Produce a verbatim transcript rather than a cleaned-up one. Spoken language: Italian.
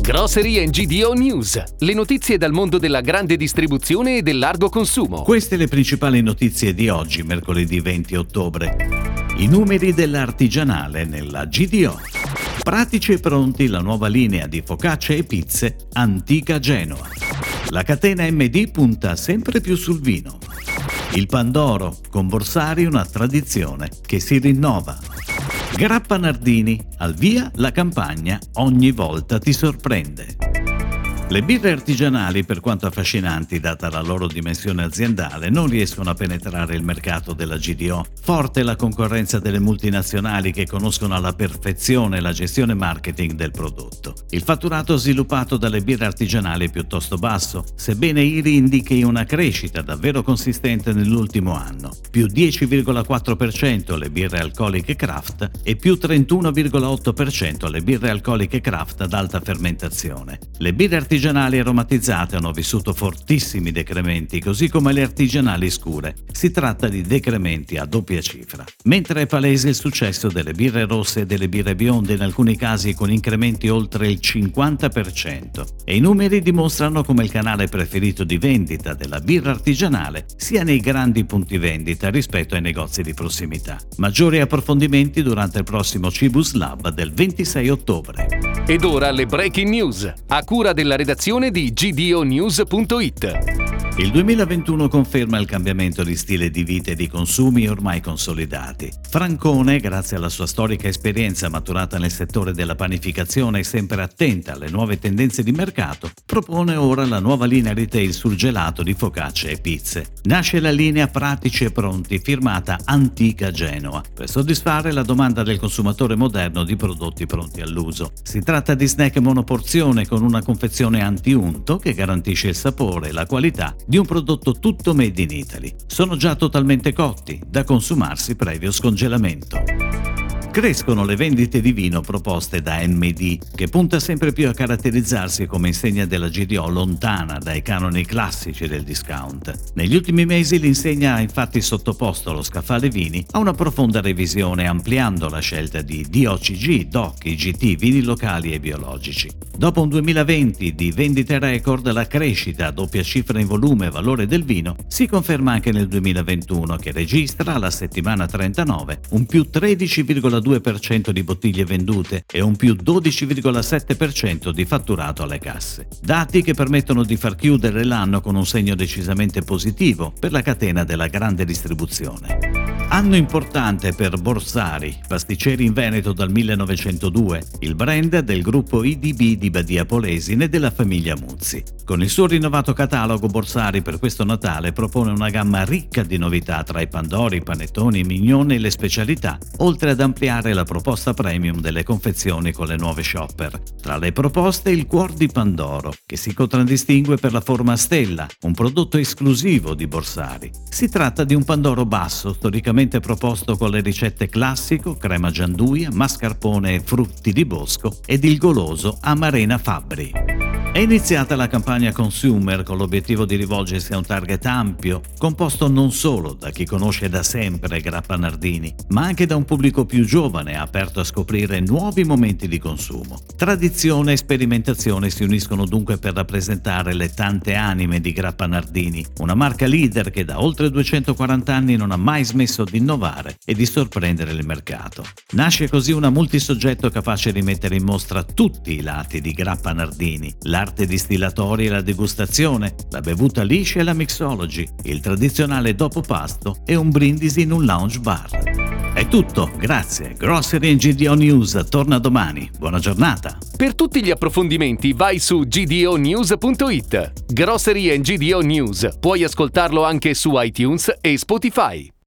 Grocery and G D O News, le notizie dal mondo della grande distribuzione e del largo consumo. Queste le principali notizie di oggi, mercoledì venti ottobre. I numeri dell'artigianale nella G D O. Pratici e pronti la nuova linea di focacce e pizze Antica Genoa. La catena M D punta sempre più sul vino. Il Pandoro, con Borsari una tradizione che si rinnova. Grappa Nardini, al via la campagna Ogni volta ti sorprende. Le birre artigianali, per quanto affascinanti data la loro dimensione aziendale, non riescono a penetrare il mercato della G D O. Forte la concorrenza delle multinazionali che conoscono alla perfezione la gestione marketing del prodotto. Il fatturato sviluppato dalle birre artigianali è piuttosto basso, sebbene I R I indichi una crescita davvero consistente nell'ultimo anno. Più dieci virgola quattro per cento le birre alcoliche craft e più trentuno virgola otto per cento le birre alcoliche craft ad alta fermentazione. Le birre artigianali artigianali aromatizzate hanno vissuto fortissimi decrementi, così come le artigianali scure. Si tratta di decrementi a doppia cifra. Mentre è palese il successo delle birre rosse e delle birre bionde, in alcuni casi con incrementi oltre il cinquanta per cento. E i numeri dimostrano come il canale preferito di vendita della birra artigianale sia nei grandi punti vendita rispetto ai negozi di prossimità. Maggiori approfondimenti durante il prossimo Cibus Lab del ventisei ottobre. Ed ora le breaking news, a cura della redazione di G D O News punto it. Il duemilaventuno conferma il cambiamento di stile di vita e di consumi ormai consolidati. Francone, grazie alla sua storica esperienza maturata nel settore della panificazione e sempre attenta alle nuove tendenze di mercato, propone ora la nuova linea retail surgelato di focacce e pizze. Nasce la linea Pratici e Pronti, firmata Antica Genoa, per soddisfare la domanda del consumatore moderno di prodotti pronti all'uso. Si tratta di snack monoporzione con una confezione anti-unto che garantisce il sapore e la qualità di un prodotto tutto made in Italy. Sono già totalmente cotti, da consumarsi previo scongelamento. Crescono le vendite di vino proposte da M D, che punta sempre più a caratterizzarsi come insegna della G D O lontana dai canoni classici del discount. Negli ultimi mesi l'insegna ha infatti sottoposto lo scaffale vini a una profonda revisione, ampliando la scelta di D O C G, D O C, I G T, vini locali e biologici. Dopo un duemilaventi di vendite record, la crescita a doppia cifra in volume e valore del vino si conferma anche nel duemilaventuno, che registra alla settimana trentanove un più tredici virgola due per cento di bottiglie vendute e un più dodici virgola sette per cento di fatturato alle casse. Dati che permettono di far chiudere l'anno con un segno decisamente positivo per la catena della grande distribuzione. Anno importante per Borsari, pasticceri in Veneto dal millenovecentodue, il brand del gruppo I D B di Badia Polesine e della famiglia Muzzi. Con il suo rinnovato catalogo, Borsari per questo Natale propone una gamma ricca di novità tra i pandori, i panettoni, i mignon e le specialità, oltre ad ampliare la proposta premium delle confezioni con le nuove shopper. Tra le proposte il cuor di Pandoro, che si contraddistingue per la forma a stella, un prodotto esclusivo di Borsari. Si tratta di un Pandoro basso, storicamente proposto con le ricette classico, crema gianduia, mascarpone e frutti di bosco ed il goloso Amarena Fabbri. È iniziata la campagna consumer con l'obiettivo di rivolgersi a un target ampio, composto non solo da chi conosce da sempre Grappa Nardini, ma anche da un pubblico più giovane aperto a scoprire nuovi momenti di consumo. Tradizione e sperimentazione si uniscono dunque per rappresentare le tante anime di Grappa Nardini, una marca leader che da oltre duecentoquaranta anni non ha mai smesso di innovare e di sorprendere il mercato. Nasce così una multisoggetto capace di mettere in mostra tutti i lati di Grappa Nardini, l'arte distillatoria e la degustazione, la bevuta liscia e la mixology, il tradizionale dopo pasto e un brindisi in un lounge bar. È tutto, grazie. Grocery and G D O News torna domani. Buona giornata. Per tutti gli approfondimenti vai su G D O News punto it. Grocery and G D O News, puoi ascoltarlo anche su iTunes e Spotify.